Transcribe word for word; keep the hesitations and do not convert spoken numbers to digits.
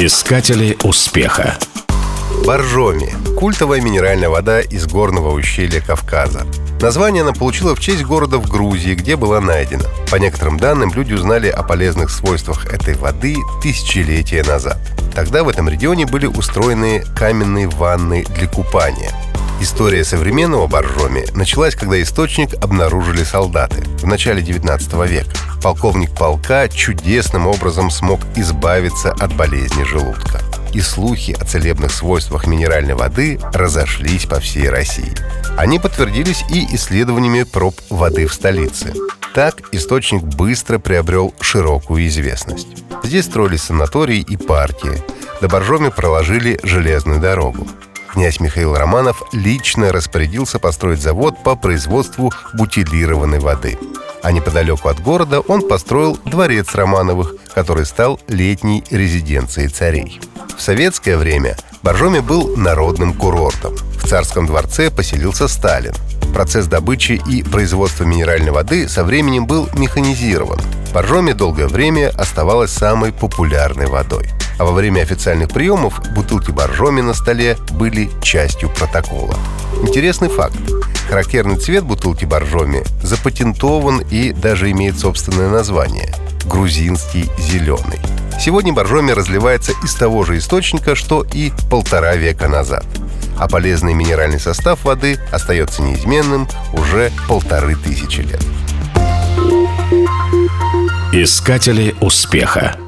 Искатели успеха. Боржоми – культовая минеральная вода из горного ущелья Кавказа. Название она получила в честь города в Грузии, где была найдена. По некоторым данным, люди узнали о полезных свойствах этой воды тысячелетия назад. Тогда в этом регионе были устроены каменные ванны для купания. История современного Боржоми началась, когда источник обнаружили солдаты в начале девятнадцатого века. Полковник полка чудесным образом смог избавиться от болезни желудка. И слухи о целебных свойствах минеральной воды разошлись по всей России. Они подтвердились и исследованиями проб воды в столице. Так источник быстро приобрел широкую известность. Здесь строились санатории и парки. До Боржоми проложили железную дорогу. Князь Михаил Романов лично распорядился построить завод по производству бутилированной воды. А неподалеку от города он построил дворец Романовых, который стал летней резиденцией царей. В советское время Боржоми был народным курортом. В царском дворце поселился Сталин. Процесс добычи и производства минеральной воды со временем был механизирован. Боржоми долгое время оставалась самой популярной водой. А во время официальных приемов бутылки Боржоми на столе были частью протокола. Интересный факт. Характерный цвет бутылки Боржоми запатентован и даже имеет собственное название – грузинский зеленый. Сегодня Боржоми разливается из того же источника, что и полтора века назад. А полезный минеральный состав воды остается неизменным уже полторы тысячи лет. Искатели успеха.